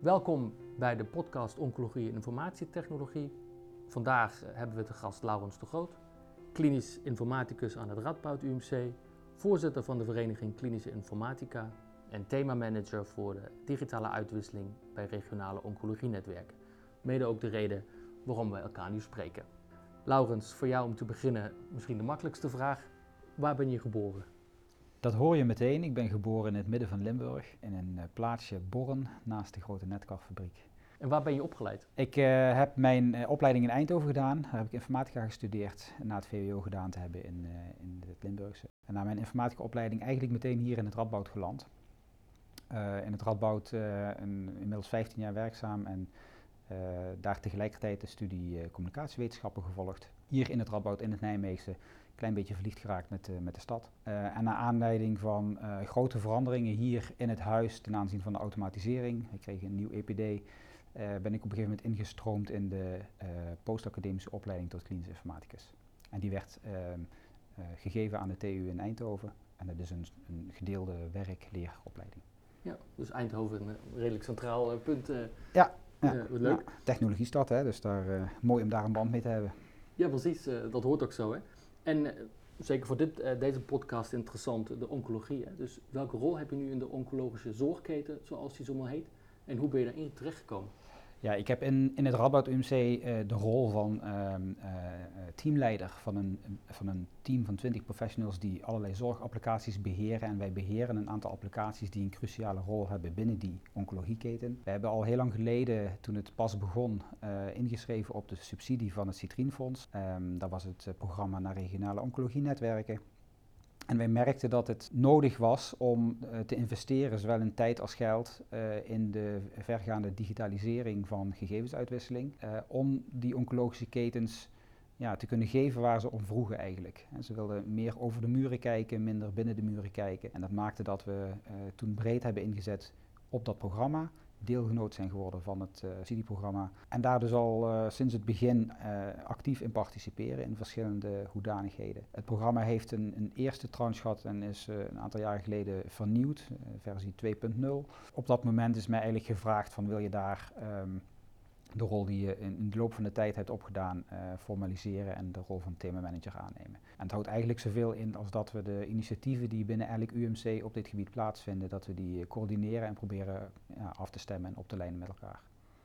Welkom bij de podcast Oncologie en Informatietechnologie. Vandaag hebben we te gast Laurens de Groot, klinisch informaticus aan het Radboud UMC, voorzitter van de Vereniging Klinische Informatica en themamanager voor de digitale uitwisseling bij regionale oncologienetwerken. Mede ook de reden waarom we elkaar nu spreken. Laurens, voor jou om te beginnen misschien de makkelijkste vraag. Waar ben je geboren? Dat hoor je meteen. Ik ben geboren in het midden van Limburg, in een plaatsje Borren, naast de grote Netcar-fabriek. En waar ben je opgeleid? Ik heb mijn opleiding in Eindhoven gedaan. Daar heb ik informatica gestudeerd, na het VWO gedaan te hebben in het Limburgse. En na mijn informatica-opleiding eigenlijk meteen hier in het Radboud geland. In het Radboud inmiddels 15 jaar werkzaam en daar tegelijkertijd de studie communicatiewetenschappen gevolgd. Hier in het Radboud, in het Nijmeegse, klein beetje verliefd geraakt met de stad. En naar aanleiding van grote veranderingen hier in het huis ten aanzien van de automatisering, ik kreeg een nieuw EPD, ben ik op een gegeven moment ingestroomd in de postacademische opleiding tot klinisch informaticus. En die werd gegeven aan de TU in Eindhoven en dat is een gedeelde werk-leeropleiding. Ja, dus Eindhoven een redelijk centraal punt. Ja, wat leuk. Ja, technologiestad, hè, dus mooi om daar een band mee te hebben. Ja, precies. Dat hoort ook zo. Hè? En zeker voor deze podcast interessant, de oncologie. Hè? Dus welke rol heb je nu in de oncologische zorgketen, zoals die zo maar heet? En hoe ben je daarin terechtgekomen? Ja, ik heb in het Radboud UMC de rol van teamleider van een team van 20 professionals die allerlei zorgapplicaties beheren. En wij beheren een aantal applicaties die een cruciale rol hebben binnen die oncologieketen. We hebben al heel lang geleden, toen het pas begon, ingeschreven op de subsidie van het Citrienfonds. Dat was het programma naar regionale oncologienetwerken. En wij merkten dat het nodig was om te investeren, zowel in tijd als geld, in de vergaande digitalisering van gegevensuitwisseling, om die oncologische ketens te kunnen geven waar ze om vroegen eigenlijk. En ze wilden meer over de muren kijken, minder binnen de muren kijken. En dat maakte dat we toen breed hebben ingezet op dat programma, deelgenoot zijn geworden van het subsidieprogramma. En daar dus al sinds het begin actief in participeren in verschillende hoedanigheden. Het programma heeft een eerste tranche gehad en is een aantal jaren geleden vernieuwd, versie 2.0. Op dat moment is mij eigenlijk gevraagd van wil je daar de rol die je in de loop van de tijd hebt opgedaan formaliseren en de rol van themamanager aannemen. En het houdt eigenlijk zoveel in als dat we de initiatieven die binnen elk UMC op dit gebied plaatsvinden, dat we die coördineren en proberen af te stemmen en op te lijnen met elkaar.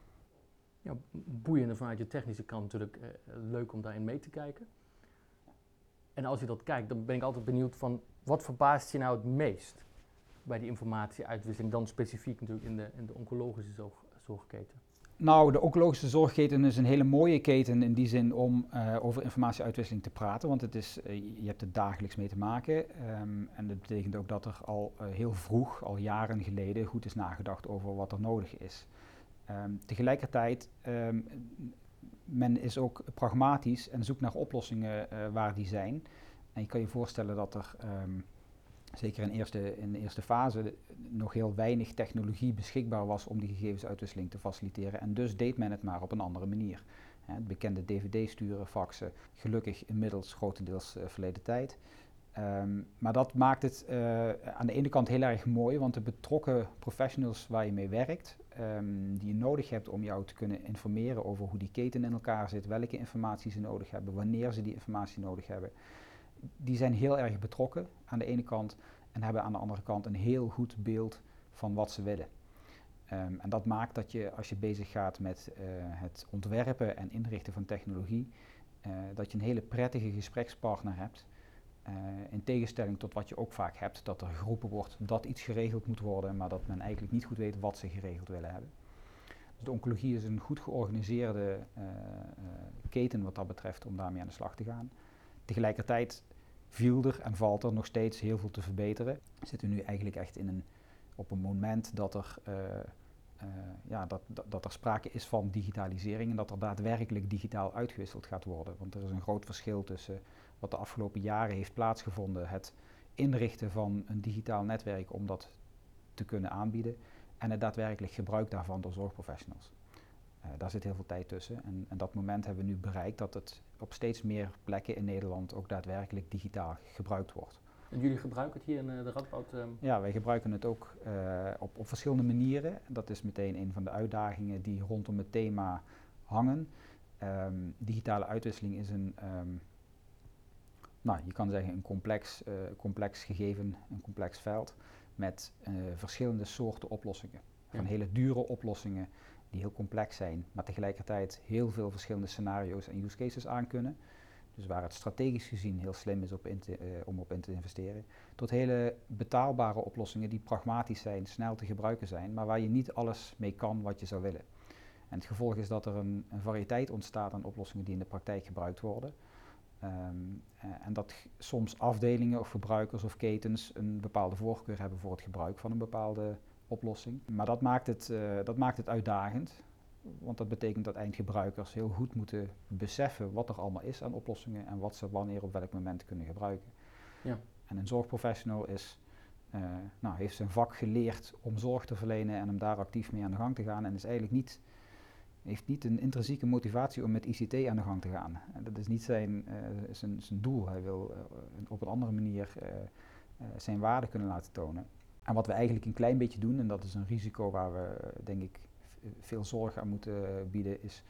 Ja, boeiende vanuit je technische kant natuurlijk, leuk om daarin mee te kijken. En als je dat kijkt, dan ben ik altijd benieuwd van wat verbaast je nou het meest bij die informatieuitwisseling, dan specifiek natuurlijk in de oncologische zorgketen? Nou, de oncologische zorgketen is een hele mooie keten in die zin om over informatieuitwisseling te praten, want je hebt er dagelijks mee te maken. En dat betekent ook dat er al heel vroeg, al jaren geleden, goed is nagedacht over wat er nodig is. Tegelijkertijd, men is ook pragmatisch en zoekt naar oplossingen waar die zijn. En je kan je voorstellen dat er zeker in de eerste fase nog heel weinig technologie beschikbaar was om die gegevensuitwisseling te faciliteren. En dus deed men het maar op een andere manier. Het bekende dvd-sturen, faxen, gelukkig inmiddels grotendeels verleden tijd. Maar dat maakt het aan de ene kant heel erg mooi, want de betrokken professionals waar je mee werkt, die je nodig hebt om jou te kunnen informeren over hoe die keten in elkaar zit, welke informatie ze nodig hebben, wanneer ze die informatie nodig hebben. Die zijn heel erg betrokken aan de ene kant en hebben aan de andere kant een heel goed beeld van wat ze willen. En dat maakt dat je, als je bezig gaat met het ontwerpen en inrichten van technologie, dat je een hele prettige gesprekspartner hebt. In tegenstelling tot wat je ook vaak hebt, dat er geroepen wordt dat iets geregeld moet worden, maar dat men eigenlijk niet goed weet wat ze geregeld willen hebben. Dus de oncologie is een goed georganiseerde keten wat dat betreft om daarmee aan de slag te gaan. Tegelijkertijd viel er en valt er nog steeds heel veel te verbeteren. We zitten nu eigenlijk echt op een moment dat er sprake is van digitalisering en dat er daadwerkelijk digitaal uitgewisseld gaat worden. Want er is een groot verschil tussen wat de afgelopen jaren heeft plaatsgevonden, het inrichten van een digitaal netwerk om dat te kunnen aanbieden en het daadwerkelijk gebruik daarvan door zorgprofessionals. Daar zit heel veel tijd tussen en dat moment hebben we nu bereikt dat het op steeds meer plekken in Nederland ook daadwerkelijk digitaal gebruikt wordt. En jullie gebruiken het hier in de Radboud? Ja, wij gebruiken het ook op verschillende manieren. Dat is meteen een van de uitdagingen die rondom het thema hangen. Digitale uitwisseling is je kan zeggen een complex gegeven, een complex veld met verschillende soorten oplossingen. Van hele dure oplossingen die heel complex zijn, maar tegelijkertijd heel veel verschillende scenario's en use cases aankunnen. Dus waar het strategisch gezien heel slim is om op in te investeren. Tot hele betaalbare oplossingen die pragmatisch zijn, snel te gebruiken zijn, maar waar je niet alles mee kan wat je zou willen. En het gevolg is dat er een variëteit ontstaat aan oplossingen die in de praktijk gebruikt worden. En dat soms afdelingen of gebruikers of ketens een bepaalde voorkeur hebben voor het gebruik van een bepaalde oplossing. Maar dat maakt het uitdagend, want dat betekent dat eindgebruikers heel goed moeten beseffen wat er allemaal is aan oplossingen en wat ze wanneer op welk moment kunnen gebruiken. Ja. En een zorgprofessional heeft zijn vak geleerd om zorg te verlenen en om daar actief mee aan de gang te gaan en is eigenlijk heeft niet een intrinsieke motivatie om met ICT aan de gang te gaan. En dat is niet zijn doel. Hij wil op een andere manier zijn waarde kunnen laten tonen. En wat we eigenlijk een klein beetje doen, en dat is een risico waar we denk ik veel zorg aan moeten bieden, is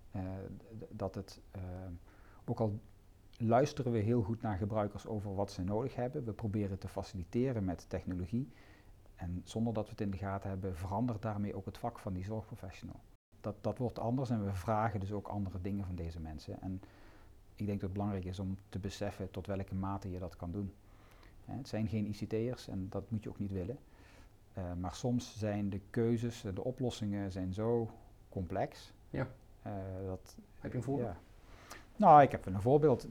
dat het, ook al luisteren we heel goed naar gebruikers over wat ze nodig hebben, we proberen te faciliteren met technologie en zonder dat we het in de gaten hebben, verandert daarmee ook het vak van die zorgprofessional. Dat wordt anders en we vragen dus ook andere dingen van deze mensen. En ik denk dat het belangrijk is om te beseffen tot welke mate je dat kan doen. Het zijn geen ICT'ers en dat moet je ook niet willen. Maar soms zijn de keuzes, de oplossingen zijn zo complex. Ja. Heb je een voorbeeld? Ja. Nou, ik heb een voorbeeld.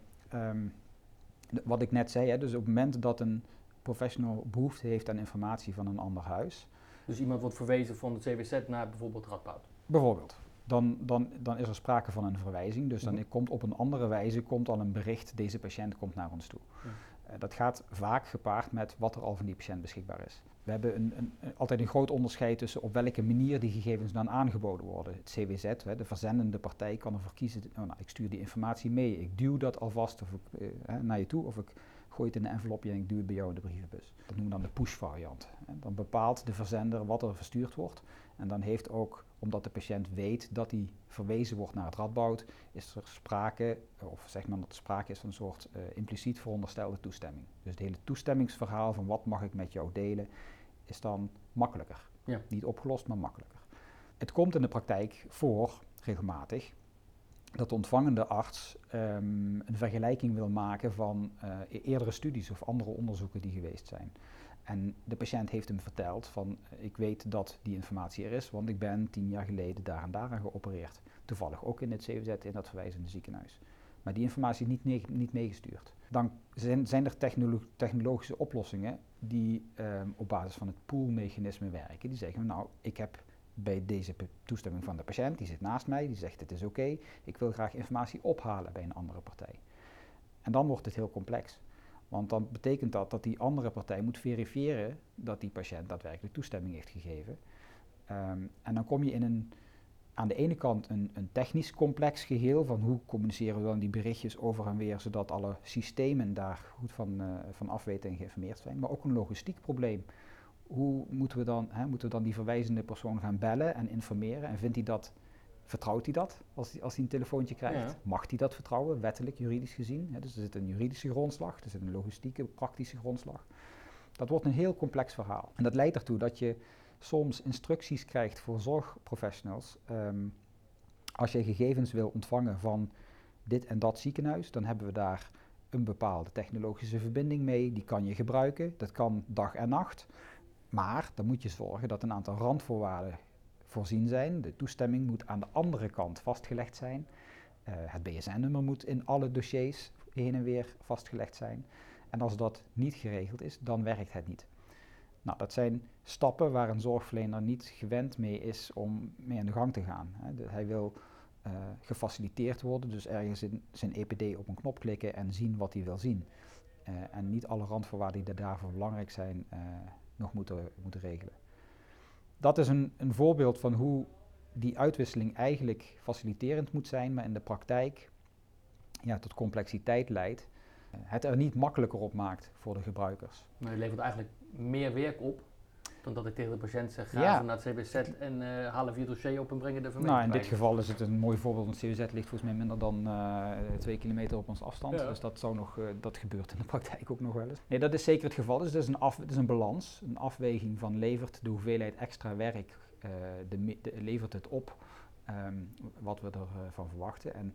Wat ik net zei, dus op het moment dat een professional behoefte heeft aan informatie van een ander huis. Dus iemand wordt verwezen van het CWZ naar bijvoorbeeld Radboud? Bijvoorbeeld. Dan is er sprake van een verwijzing, dus dan komt op een andere wijze al een bericht, deze patiënt komt naar ons toe. Ja. Dat gaat vaak gepaard met wat er al van die patiënt beschikbaar is. We hebben altijd een groot onderscheid tussen op welke manier die gegevens dan aangeboden worden. Het CWZ, de verzendende partij, kan ervoor kiezen, ik stuur die informatie mee, ik duw dat alvast naar je toe of ik gooi het in een envelopje en ik duw het bij jou in de brievenbus. Dat noemen we dan de push variant. Dan bepaalt de verzender wat er verstuurd wordt en dan heeft ook, omdat de patiënt weet dat hij verwezen wordt naar het Radboud, is er sprake, of zeg maar dat er sprake is van een soort impliciet veronderstelde toestemming. Dus het hele toestemmingsverhaal van wat mag ik met jou delen, is dan makkelijker. Ja. Niet opgelost, maar makkelijker. Het komt in de praktijk voor, regelmatig, dat de ontvangende arts een vergelijking wil maken van eerdere studies of andere onderzoeken die geweest zijn. En de patiënt heeft hem verteld van ik weet dat die informatie er is, want ik ben 10 jaar geleden daar en daar aan geopereerd. Toevallig ook in het CWZ in dat verwijzende ziekenhuis. Maar die informatie is niet meegestuurd. Dan zijn er technologische oplossingen die op basis van het poolmechanisme werken. Die zeggen ik heb bij deze toestemming van de patiënt, die zit naast mij, die zegt het is oké, ik wil graag informatie ophalen bij een andere partij. En dan wordt het heel complex. Want dan betekent dat die andere partij moet verifiëren dat die patiënt daadwerkelijk toestemming heeft gegeven. En dan kom je aan de ene kant een technisch complex geheel van hoe communiceren we dan die berichtjes over en weer, zodat alle systemen daar goed van af weten en geïnformeerd zijn. Maar ook een logistiek probleem. Hoe moeten we dan die verwijzende persoon gaan bellen en informeren en vertrouwt hij dat als hij een telefoontje krijgt? Ja. Mag hij dat vertrouwen, wettelijk, juridisch gezien? Dus er zit een juridische grondslag, er zit een logistieke, praktische grondslag. Dat wordt een heel complex verhaal. En dat leidt ertoe dat je soms instructies krijgt voor zorgprofessionals. Als je gegevens wil ontvangen van dit en dat ziekenhuis, dan hebben we daar een bepaalde technologische verbinding mee. Die kan je gebruiken, dat kan dag en nacht. Maar dan moet je zorgen dat een aantal randvoorwaarden voorzien zijn. De toestemming moet aan de andere kant vastgelegd zijn. Het BSN-nummer moet in alle dossiers heen en weer vastgelegd zijn. En als dat niet geregeld is, dan werkt het niet. Nou, dat zijn stappen waar een zorgverlener niet gewend mee is om mee aan de gang te gaan. Hij wil gefaciliteerd worden, dus ergens in zijn EPD op een knop klikken en zien wat hij wil zien. En niet alle randvoorwaarden die daarvoor belangrijk zijn nog moeten regelen. Dat is een voorbeeld van hoe die uitwisseling eigenlijk faciliterend moet zijn, maar in de praktijk tot complexiteit leidt. het er niet makkelijker op maakt voor de gebruikers. Maar het levert eigenlijk meer werk op dan dat ik tegen de patiënt zeg, ga Ja. even naar het CBZ en haal even je dossier op en breng het even mee. Nou, in dit geval is het een mooi voorbeeld, want CBZ ligt volgens mij minder dan 2 kilometer op ons afstand. Ja. Dus dat gebeurt in de praktijk ook nog wel eens. Nee, dat is zeker het geval. Dus het is een balans, een afweging van levert de hoeveelheid extra werk, levert het op wat we ervan verwachten. En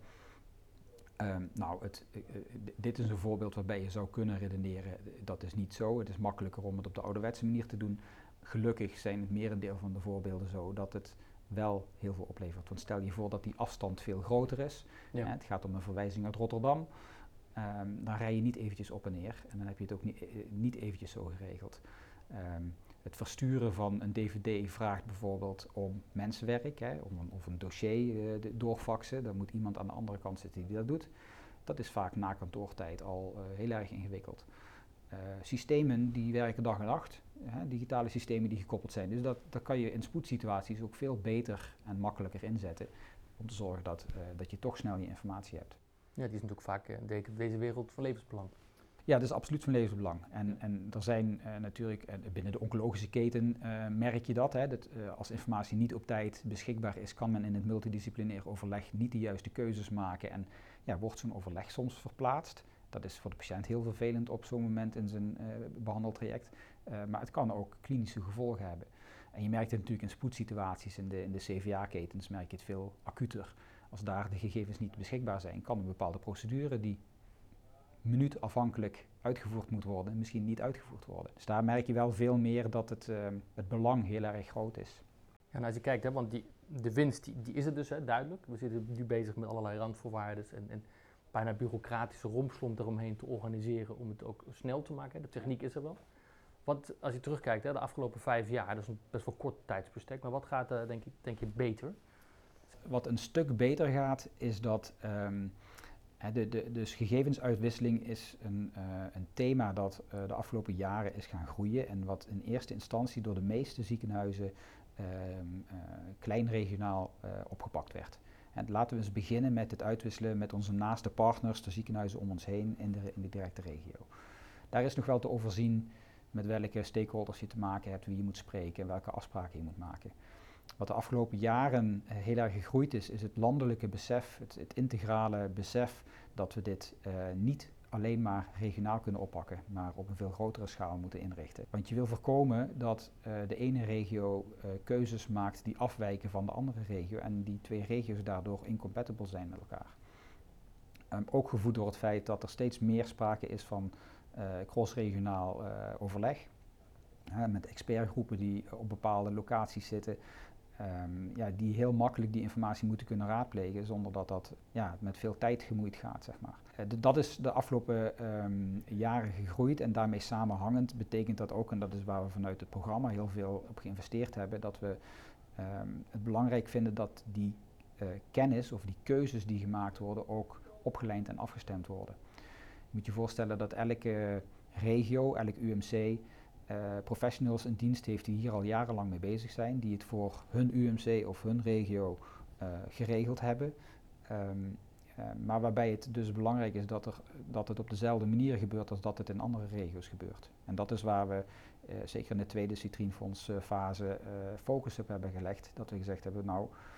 dit is een voorbeeld waarbij je zou kunnen redeneren, dat is niet zo. Het is makkelijker om het op de ouderwetse manier te doen. Gelukkig zijn het merendeel van de voorbeelden zo dat het wel heel veel oplevert. Want stel je voor dat die afstand veel groter is. Ja. Het gaat om een verwijzing uit Rotterdam. Dan rij je niet eventjes op en neer en dan heb je het ook niet eventjes zo geregeld. Het versturen van een dvd vraagt bijvoorbeeld om mensenwerk, of een dossier doorfaxen. Dan moet iemand aan de andere kant zitten die dat doet. Dat is vaak na kantoortijd al heel erg ingewikkeld. Systemen die werken dag en nacht, digitale systemen die gekoppeld zijn. Dus dat kan je in spoedsituaties ook veel beter en makkelijker inzetten om te zorgen dat je toch snel je informatie hebt. Ja, die is natuurlijk vaak in deze wereld van levensbelang. Ja, dat is absoluut van levensbelang. En er zijn natuurlijk, binnen de oncologische keten merk je dat. Als informatie niet op tijd beschikbaar is, kan men in het multidisciplinair overleg niet de juiste keuzes maken. En wordt zo'n overleg soms verplaatst. Dat is voor de patiënt heel vervelend op zo'n moment in zijn behandeltraject. Maar het kan ook klinische gevolgen hebben. En je merkt het natuurlijk in spoedsituaties, in de CVA-ketens merk je het veel acuter. Als daar de gegevens niet beschikbaar zijn, kan een bepaalde procedure die minuutafhankelijk uitgevoerd moet worden, misschien niet uitgevoerd worden. Dus daar merk je wel veel meer dat het belang heel erg groot is. Ja, en als je kijkt, want de winst die is er dus duidelijk. We zitten nu bezig met allerlei randvoorwaarden en bijna bureaucratische rompslomp eromheen te organiseren om het ook snel te maken. De techniek is er wel. Wat, als je terugkijkt, de afgelopen 5 jaar, dat is een best wel kort tijdsbestek, maar wat gaat denk je beter? Wat een stuk beter gaat, is dat dus gegevensuitwisseling is een thema dat de afgelopen jaren is gaan groeien en wat in eerste instantie door de meeste ziekenhuizen kleinregionaal opgepakt werd. En laten we eens beginnen met het uitwisselen met onze naaste partners, de ziekenhuizen om ons heen in de directe regio. Daar is nog wel te overzien met welke stakeholders je te maken hebt, wie je moet spreken en welke afspraken je moet maken. Wat de afgelopen jaren heel erg gegroeid is het landelijke besef, het integrale besef dat we dit niet alleen maar regionaal kunnen oppakken, maar op een veel grotere schaal moeten inrichten. Want je wil voorkomen dat de ene regio keuzes maakt die afwijken van de andere regio en die 2 regio's daardoor incompatible zijn met elkaar. Ook gevoed door het feit dat er steeds meer sprake is van cross-regionaal overleg. Met expertgroepen die op bepaalde locaties zitten. Die heel makkelijk die informatie moeten kunnen raadplegen zonder dat met veel tijd gemoeid gaat, zeg maar. Dat is de afgelopen jaren gegroeid en daarmee samenhangend betekent dat ook, en dat is waar we vanuit het programma heel veel op geïnvesteerd hebben, dat we het belangrijk vinden dat die kennis of die keuzes die gemaakt worden ook opgelijnd en afgestemd worden. Je moet je voorstellen dat elke regio, elk UMC professionals in dienst heeft die hier al jarenlang mee bezig zijn, die het voor hun UMC of hun regio geregeld hebben. Maar waarbij het dus belangrijk is dat het op dezelfde manier gebeurt als dat het in andere regio's gebeurt. En dat is waar we zeker in de tweede Citrienfonds fase focus op hebben gelegd. Dat we gezegd hebben,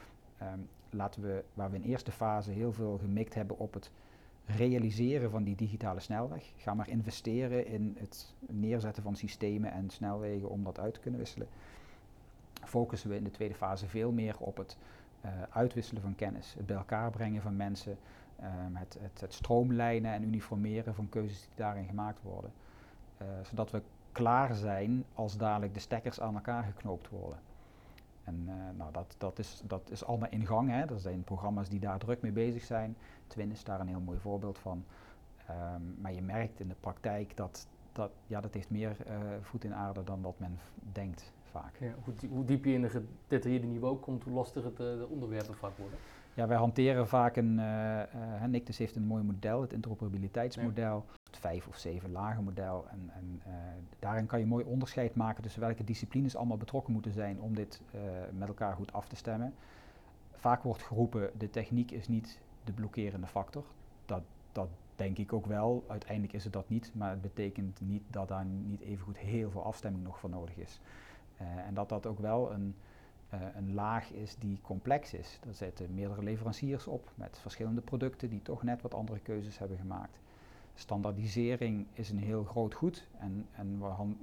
laten we, waar we in eerste fase heel veel gemikt hebben op het realiseren van die digitale snelweg. Ga maar investeren in het neerzetten van systemen en snelwegen om dat uit te kunnen wisselen. Focussen we in de tweede fase veel meer op het uitwisselen van kennis, het bij elkaar brengen van mensen, het stroomlijnen en uniformeren van keuzes die daarin gemaakt worden. Zodat we klaar zijn als dadelijk de stekkers aan elkaar geknoopt worden. En dat is allemaal in gang. Hè. Er zijn programma's die daar druk mee bezig zijn. Twin is daar een heel mooi voorbeeld van. Maar je merkt in de praktijk dat heeft meer voet in aarde dan wat men denkt vaak. Ja, hoe diep je in het gedetailleerde niveau komt, hoe lastiger de onderwerpen vaak worden. Ja, wij hanteren vaak Nictus heeft een mooi model, het interoperabiliteitsmodel. Het 5 of 7 lagen model. En daarin kan je mooi onderscheid maken tussen welke disciplines allemaal betrokken moeten zijn om dit met elkaar goed af te stemmen. Vaak wordt geroepen, de techniek is niet de blokkerende factor. Dat denk ik ook wel. Uiteindelijk is het dat niet, maar het betekent niet dat daar niet evengoed heel veel afstemming nog voor nodig is. En dat ook wel een laag is die complex is. Er zitten meerdere leveranciers op met verschillende producten die toch net wat andere keuzes hebben gemaakt. Standaardisering is een heel groot goed en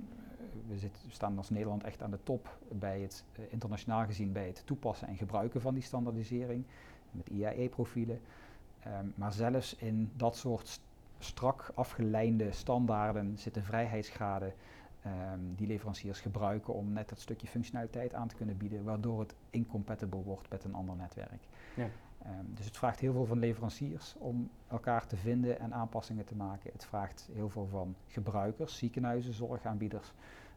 we staan als Nederland echt aan de top bij het internationaal gezien bij het toepassen en gebruiken van die standaardisering met IAE-profielen. Maar zelfs in dat soort strak afgeleide standaarden zitten vrijheidsgraden die leveranciers gebruiken om net dat stukje functionaliteit aan te kunnen bieden, waardoor het incompatible wordt met een ander netwerk. Ja. Dus het vraagt heel veel van leveranciers om elkaar te vinden en aanpassingen te maken. Het vraagt heel veel van gebruikers, ziekenhuizen, zorgaanbieders,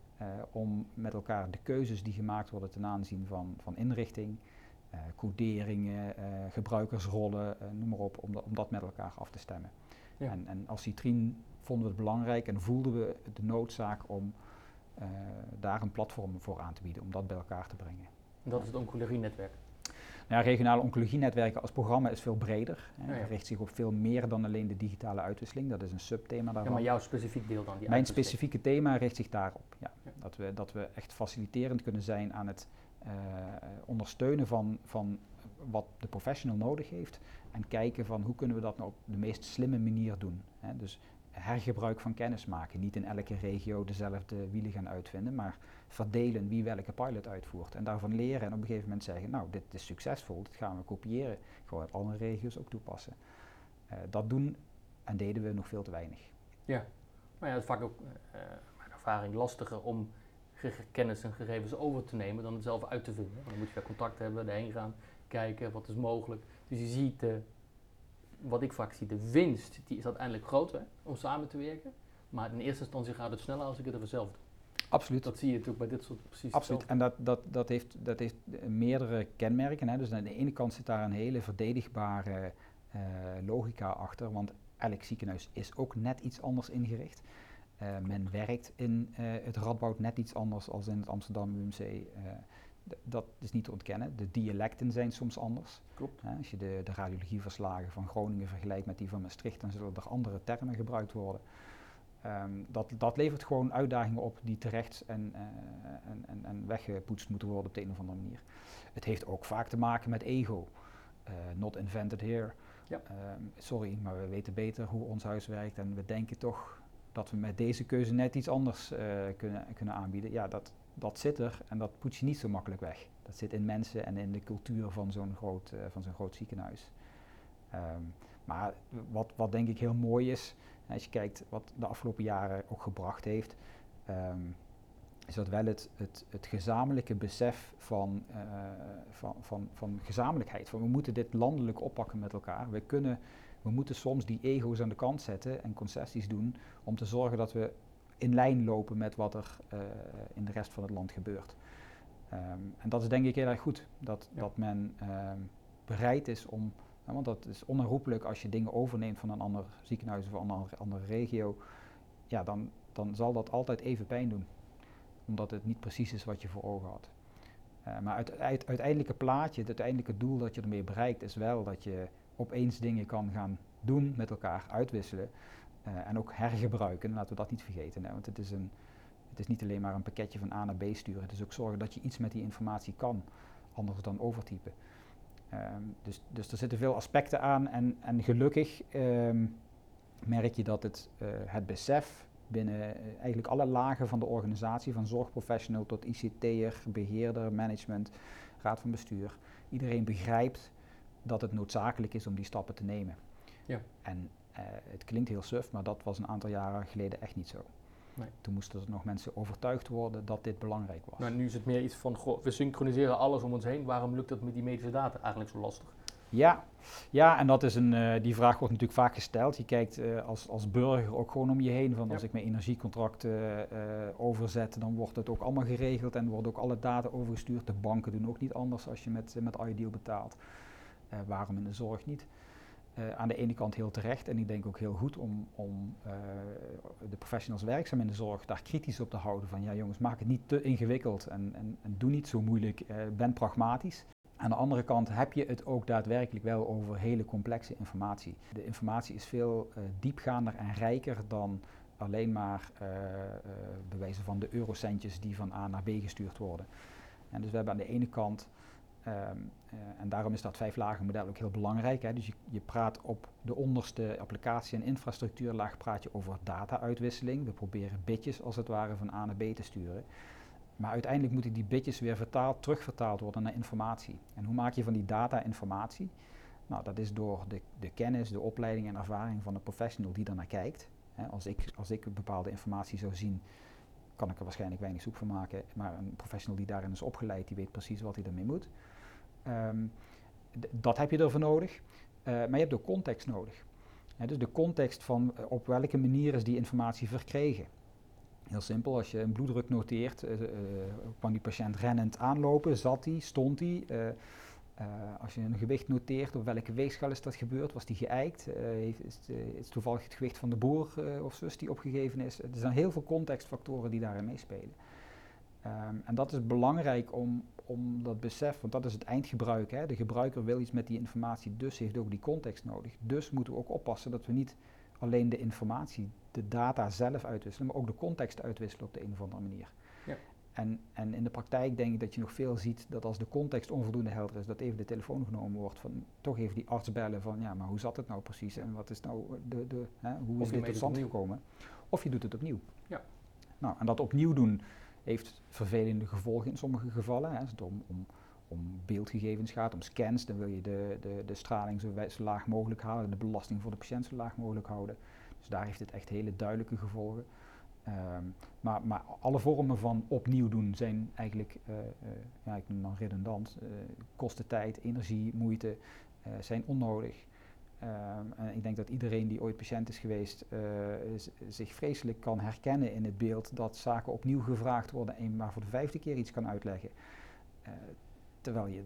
om met elkaar de keuzes die gemaakt worden ten aanzien van inrichting, coderingen, gebruikersrollen, noem maar op, om dat met elkaar af te stemmen. Ja. En als Citrien vonden we het belangrijk en voelden we de noodzaak om daar een platform voor aan te bieden, om dat bij elkaar te brengen. En dat is het oncologie-netwerk? Nou, regionale oncologie-netwerken als programma is veel breder. Het richt zich op veel meer dan alleen de digitale uitwisseling. Dat is een subthema daarvan. Ja, maar jouw specifiek deel dan? Mijn specifieke thema richt zich daarop. Ja. Ja. Dat we echt faciliterend kunnen zijn aan het ondersteunen van wat de professional nodig heeft. En kijken van hoe kunnen we dat nou op de meest slimme manier doen. Dus hergebruik van kennis maken. Niet in elke regio dezelfde wielen gaan uitvinden, maar verdelen wie welke pilot uitvoert. En daarvan leren en op een gegeven moment zeggen, nou dit is succesvol, dit gaan we kopiëren. Gewoon in andere regio's ook toepassen. Dat doen en deden we nog veel te weinig. Ja, maar ja, het is vaak ook mijn ervaring lastiger om kennis en gegevens over te nemen dan het zelf uit te vinden. Dan moet je weer contact hebben, erheen gaan, kijken wat is mogelijk. Dus je ziet wat ik vaak zie, de winst, die is uiteindelijk groot om samen te werken. Maar in eerste instantie gaat het sneller als ik het even zelf doe. Absoluut. Dat zie je natuurlijk bij dit soort precies. Absoluut. En dat heeft meerdere kenmerken. Hè. Dus aan de ene kant zit daar een hele verdedigbare logica achter. Want elk ziekenhuis is ook net iets anders ingericht. Men werkt in het Radboud net iets anders als in het Amsterdam UMC. Dat is niet te ontkennen. De dialecten zijn soms anders. Klopt. Als je de radiologieverslagen van Groningen vergelijkt met die van Maastricht, dan zullen er andere termen gebruikt worden. Dat levert gewoon uitdagingen op die terecht en weggepoetst moeten worden op de een of andere manier. Het heeft ook vaak te maken met ego. Not invented here. Ja. Sorry, maar we weten beter hoe ons huis werkt en we denken toch dat we met deze keuze net iets anders kunnen aanbieden. Ja, dat zit er en dat poets je niet zo makkelijk weg. Dat zit in mensen en in de cultuur van zo'n groot ziekenhuis. Maar wat denk ik heel mooi is, als je kijkt wat de afgelopen jaren ook gebracht heeft, is dat wel het gezamenlijke besef van gezamenlijkheid. Van we moeten dit landelijk oppakken met elkaar. We moeten soms die ego's aan de kant zetten en concessies doen om te zorgen dat we in lijn lopen met wat er in de rest van het land gebeurt. En dat is denk ik heel erg goed, dat men bereid is om, want dat is onherroepelijk als je dingen overneemt van een ander ziekenhuis of een andere regio, ja, dan zal dat altijd even pijn doen, omdat het niet precies is wat je voor ogen had. Maar het uiteindelijke plaatje, het uiteindelijke doel dat je ermee bereikt is wel dat je opeens dingen kan gaan doen met elkaar, uitwisselen en ook hergebruiken. Laten we dat niet vergeten, want het is niet alleen maar een pakketje van A naar B sturen. Het is ook zorgen dat je iets met die informatie kan, anders dan overtypen. Dus er zitten veel aspecten aan en gelukkig merk je dat het besef binnen eigenlijk alle lagen van de organisatie, van zorgprofessional tot ICT'er, beheerder, management, raad van bestuur, iedereen begrijpt dat het noodzakelijk is om die stappen te nemen. Ja. En het klinkt heel suf, maar dat was een aantal jaren geleden echt niet zo. Nee. Toen moesten er nog mensen overtuigd worden dat dit belangrijk was. Nou, nu is het meer iets van, we synchroniseren alles om ons heen. Waarom lukt dat met die medische data eigenlijk zo lastig? Ja, en dat is die vraag wordt natuurlijk vaak gesteld. Je kijkt als burger ook gewoon om je heen. Van als ik mijn energiecontracten overzet, dan wordt het ook allemaal geregeld en worden ook alle data overgestuurd. De banken doen ook niet anders als je met iDeal betaalt. Waarom in de zorg niet? Aan de ene kant heel terecht en ik denk ook heel goed om de professionals werkzaam in de zorg daar kritisch op te houden. Van ja jongens, maak het niet te ingewikkeld en doe niet zo moeilijk, ben pragmatisch. Aan de andere kant heb je het ook daadwerkelijk wel over hele complexe informatie. De informatie is veel diepgaander en rijker dan alleen maar bewijzen van de eurocentjes die van A naar B gestuurd worden. En dus we hebben aan de ene kant, en daarom is dat 5-lagen model ook heel belangrijk. Hè. Dus je praat op de onderste applicatie- en infrastructuurlaag praat je over data-uitwisseling. We proberen bitjes als het ware van A naar B te sturen. Maar uiteindelijk moeten die bitjes weer terugvertaald worden naar informatie. En hoe maak je van die data informatie? Nou, dat is door de kennis, de opleiding en ervaring van de professional die daarnaar kijkt. Als ik bepaalde informatie zou zien, kan ik er waarschijnlijk weinig soep van maken. Maar een professional die daarin is opgeleid, die weet precies wat hij ermee moet. Dat heb je ervoor nodig. Maar je hebt ook context nodig. Dus de context van op welke manier is die informatie verkregen. Heel simpel, als je een bloeddruk noteert, kwam die patiënt rennend aanlopen, zat hij, stond hij. Als je een gewicht noteert, op welke weegschaal is dat gebeurd, was die geëikt, is toevallig het gewicht van de boer of zus die opgegeven is. Er zijn heel veel contextfactoren die daarin meespelen. En dat is belangrijk om dat besef, want dat is het eindgebruik. Hè. De gebruiker wil iets met die informatie, dus heeft ook die context nodig. Dus moeten we ook oppassen dat we niet alleen de informatie, de data zelf uitwisselen, maar ook de context uitwisselen op de een of andere manier. Ja. En in de praktijk denk ik dat je nog veel ziet dat als de context onvoldoende helder is, dat even de telefoon genomen wordt, van toch even die arts bellen van ja, maar hoe zat het nou precies en wat is nou hoe is dit tot stand gekomen? Of je doet het opnieuw. Ja. Nou, en dat opnieuw doen heeft vervelende gevolgen in sommige gevallen. Hè. Als het om beeldgegevens gaat, om scans, dan wil je de straling zo laag mogelijk houden, de belasting voor de patiënt zo laag mogelijk houden. Dus daar heeft het echt hele duidelijke gevolgen. Maar alle vormen van opnieuw doen zijn eigenlijk, ik noem dan redundant, kosten tijd, energie, moeite, zijn onnodig. En ik denk dat iedereen die ooit patiënt is geweest zich vreselijk kan herkennen in het beeld dat zaken opnieuw gevraagd worden en maar voor de 5e keer iets kan uitleggen. Terwijl je,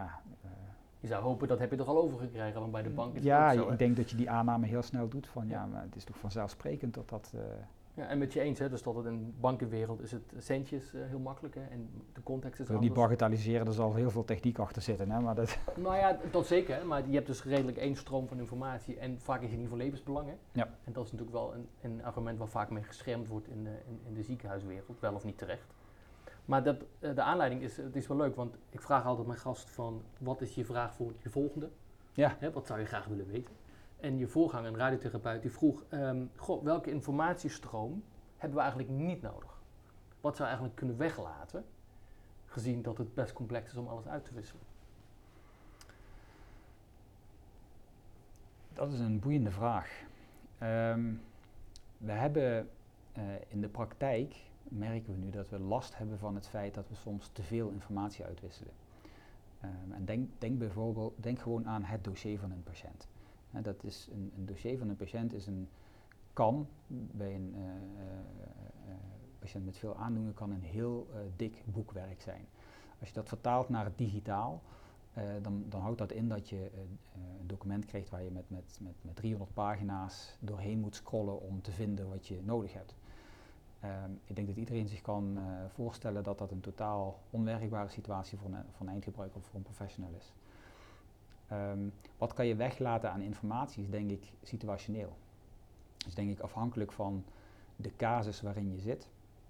je zou hopen, dat heb je toch al overgekregen, want bij de bank is het ja, ook zo, ik denk dat je die aanname heel snel doet van maar het is toch vanzelfsprekend dat... Ja, en met je eens, hè, dus dat het in de bankenwereld is het centjes heel makkelijk, hè, en de context is ik wil anders. niet bagatelliseren, er zal heel veel techniek achter zitten, hè, maar dat... Nou ja, dat zeker, hè, maar je hebt dus redelijk één stroom van informatie en vaak is het niet voor levensbelang, hè. Ja. En dat is natuurlijk wel een argument waar vaak mee geschermd wordt in de ziekenhuiswereld, wel of niet terecht. Maar de aanleiding is, het is wel leuk, want ik vraag altijd mijn gast van, wat is je vraag voor je volgende? Ja. Hè, wat zou je graag willen weten? En je voorganger, een radiotherapeut, die vroeg, welke informatiestroom hebben we eigenlijk niet nodig? Wat zou je eigenlijk kunnen weglaten, gezien dat het best complex is om alles uit te wisselen? Dat is een boeiende vraag. We hebben in de praktijk, merken we nu, dat we last hebben van het feit dat we soms te veel informatie uitwisselen. En denk gewoon aan het dossier van een patiënt. Dat is een dossier van een patiënt kan bij een patiënt met veel aandoeningen kan een heel dik boekwerk zijn. Als je dat vertaalt naar het digitaal, dan houdt dat in dat je een document krijgt waar je met 300 pagina's doorheen moet scrollen om te vinden wat je nodig hebt. Ik denk dat iedereen zich kan voorstellen dat dat een totaal onwerkbare situatie voor een eindgebruiker of voor een professional is. Wat kan je weglaten aan informatie is denk ik situationeel. Dus denk ik afhankelijk van de casus waarin je zit.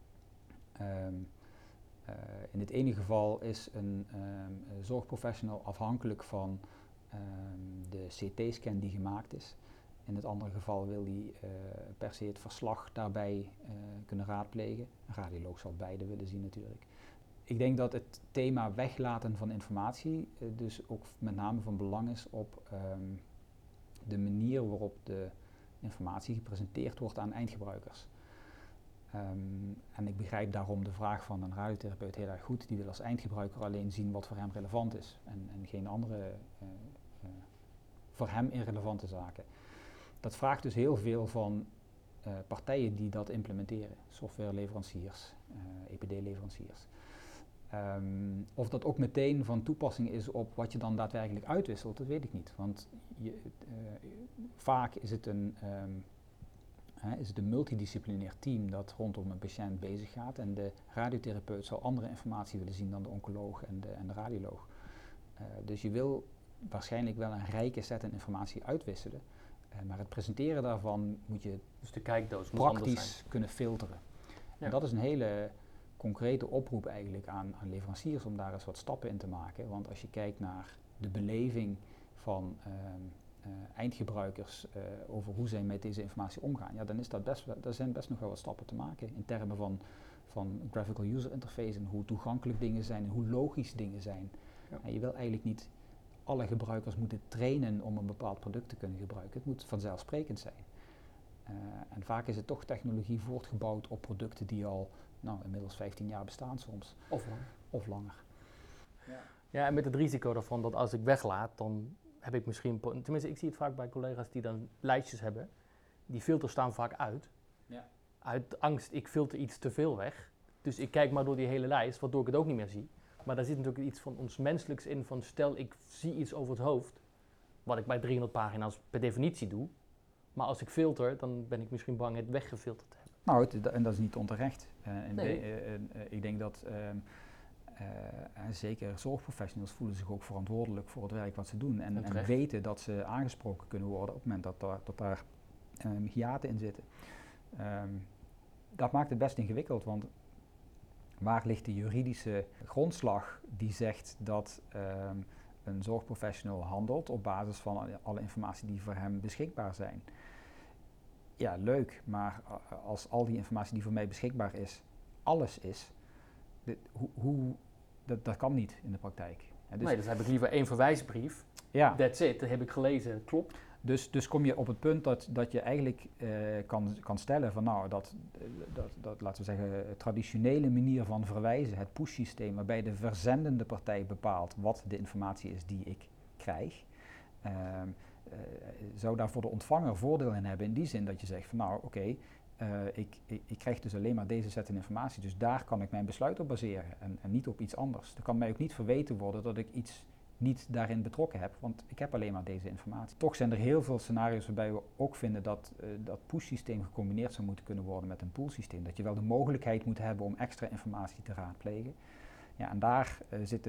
In het ene geval is een zorgprofessional afhankelijk van de CT-scan die gemaakt is. In het andere geval wil hij per se het verslag daarbij kunnen raadplegen. Een radioloog zal beide willen zien natuurlijk. Ik denk dat het thema weglaten van informatie dus ook met name van belang is op de manier waarop de informatie gepresenteerd wordt aan eindgebruikers. En ik begrijp daarom de vraag van een radiotherapeut heel erg goed. Die wil als eindgebruiker alleen zien wat voor hem relevant is en geen andere voor hem irrelevante zaken. Dat vraagt dus heel veel van partijen die dat implementeren. Softwareleveranciers, EPD-leveranciers. Of dat ook meteen van toepassing is op wat je dan daadwerkelijk uitwisselt, dat weet ik niet. Want vaak is het een multidisciplinair team dat rondom een patiënt bezig gaat. En de radiotherapeut zal andere informatie willen zien dan de oncoloog en de radioloog. Dus je wil waarschijnlijk wel een rijke set aan informatie uitwisselen. Maar het presenteren daarvan moet je dus de kijkdoos moet anders zijn. praktisch kunnen filteren. Ja. En dat is een hele concrete oproep eigenlijk aan leveranciers om daar eens wat stappen in te maken. Want als je kijkt naar de beleving van eindgebruikers over hoe zij met deze informatie omgaan, ja, dan is daar zijn best nog wel wat stappen te maken in termen van graphical user interface en hoe toegankelijk dingen zijn en hoe logisch dingen zijn. Ja. En je wil eigenlijk niet alle gebruikers moeten trainen om een bepaald product te kunnen gebruiken. Het moet vanzelfsprekend zijn. En vaak is het toch technologie voortgebouwd op producten die al inmiddels 15 jaar bestaan soms. Of langer. Ja, en met het risico daarvan dat als ik weglaat, dan heb ik misschien... Tenminste, ik zie het vaak bij collega's die dan lijstjes hebben. Die filters staan vaak uit. Ja. Uit angst, ik filter iets te veel weg. Dus ik kijk maar door die hele lijst, waardoor ik het ook niet meer zie. Maar daar zit natuurlijk iets van ons menselijks in, van stel ik zie iets over het hoofd, wat ik bij 300 pagina's per definitie doe. Maar als ik filter, dan ben ik misschien bang het weggefilterd te hebben. Nou, en dat is niet onterecht. Nee. Ik denk dat zeker zorgprofessionals voelen zich ook verantwoordelijk voor het werk wat ze doen. En weten dat ze aangesproken kunnen worden op het moment dat daar hiaten in zitten. Dat maakt het best ingewikkeld, want waar ligt de juridische grondslag die zegt dat een zorgprofessional handelt op basis van alle informatie die voor hem beschikbaar zijn? Ja, leuk, maar als al die informatie die voor mij beschikbaar is, alles is, dat kan niet in de praktijk. Ja, dus nee, dus heb ik liever één verwijsbrief. Ja. That's it, dat heb ik gelezen, klopt. Dus kom je op het punt dat je eigenlijk kan stellen van dat laten we zeggen, het traditionele manier van verwijzen, het push-systeem, waarbij de verzendende partij bepaalt wat de informatie is die ik krijg, zou daar voor de ontvanger voordeel in hebben in die zin dat je zegt van ik krijg dus alleen maar deze set aan informatie, dus daar kan ik mijn besluit op baseren en niet op iets anders. Er kan mij ook niet verweten worden dat ik iets niet daarin betrokken heb, want ik heb alleen maar deze informatie. Toch zijn er heel veel scenario's waarbij we ook vinden dat dat push-systeem gecombineerd zou moeten kunnen worden met een pool-systeem. Dat je wel de mogelijkheid moet hebben om extra informatie te raadplegen. Ja, en daar zit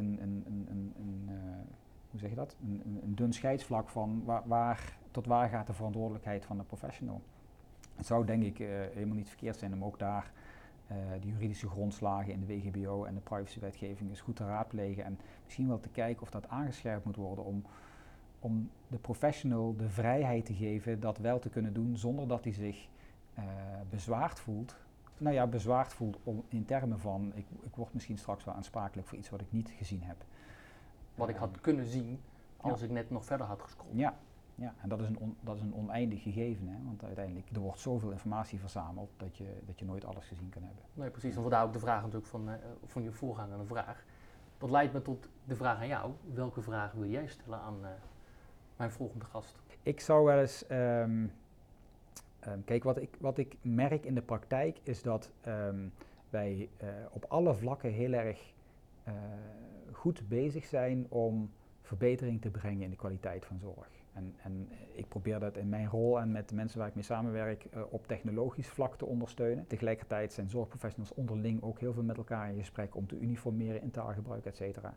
hoe zeg je dat? Een dun scheidsvlak van tot waar gaat de verantwoordelijkheid van de professional. Het zou denk ik helemaal niet verkeerd zijn om ook daar de juridische grondslagen in de WGBO en de privacywetgeving eens goed te raadplegen en misschien wel te kijken of dat aangescherpt moet worden om de professional de vrijheid te geven dat wel te kunnen doen zonder dat hij zich bezwaard voelt. Nou ja, bezwaard voelt in termen van ik word misschien straks wel aansprakelijk voor iets wat ik niet gezien heb. Wat ik had kunnen zien als ik net nog verder had gescrollt. Ja, en dat is een oneindig gegeven, hè? Want uiteindelijk er wordt zoveel informatie verzameld dat je nooit alles gezien kan hebben. Nee, precies. En vandaar ook de vraag natuurlijk van je voorgaande vraag. Dat leidt me tot de vraag aan jou. Welke vraag wil jij stellen aan mijn volgende gast? Ik zou wel eens... kijk, wat ik merk in de praktijk is dat wij op alle vlakken heel erg goed bezig zijn om verbetering te brengen in de kwaliteit van zorg. En ik probeer dat in mijn rol en met de mensen waar ik mee samenwerk op technologisch vlak te ondersteunen. Tegelijkertijd zijn zorgprofessionals onderling ook heel veel met elkaar in gesprek om te uniformeren in taalgebruik, et cetera.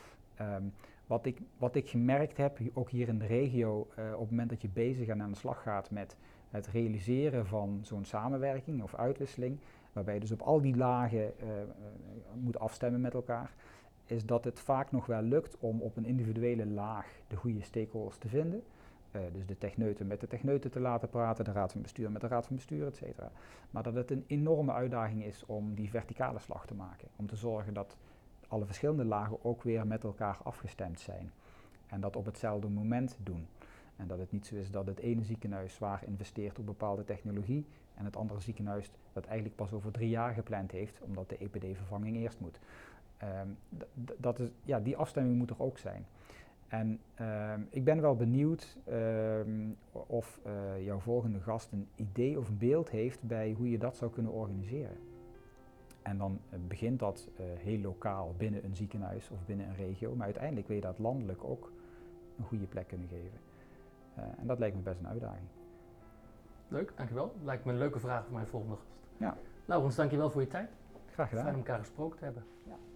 Wat ik gemerkt heb, ook hier in de regio, op het moment dat je bezig en aan de slag gaat met het realiseren van zo'n samenwerking of uitwisseling, waarbij je dus op al die lagen moet afstemmen met elkaar, is dat het vaak nog wel lukt om op een individuele laag de goede stakeholders te vinden. Dus de techneuten met de techneuten te laten praten, de raad van bestuur met de raad van bestuur, et cetera. Maar dat het een enorme uitdaging is om die verticale slag te maken. Om te zorgen dat alle verschillende lagen ook weer met elkaar afgestemd zijn. En dat op hetzelfde moment doen. En dat het niet zo is dat het ene ziekenhuis zwaar investeert op bepaalde technologie en het andere ziekenhuis dat eigenlijk pas over 3 jaar gepland heeft, omdat de EPD-vervanging eerst moet. Die afstemming moet er ook zijn. En ik ben wel benieuwd of jouw volgende gast een idee of een beeld heeft bij hoe je dat zou kunnen organiseren. En dan begint dat heel lokaal binnen een ziekenhuis of binnen een regio, maar uiteindelijk wil je dat landelijk ook een goede plek kunnen geven. En dat lijkt me best een uitdaging. Leuk, dankjewel. Lijkt me een leuke vraag voor mijn volgende gast. Ja. Laurens, dankjewel voor je tijd. Graag gedaan. Fijn om elkaar gesproken te hebben. Ja.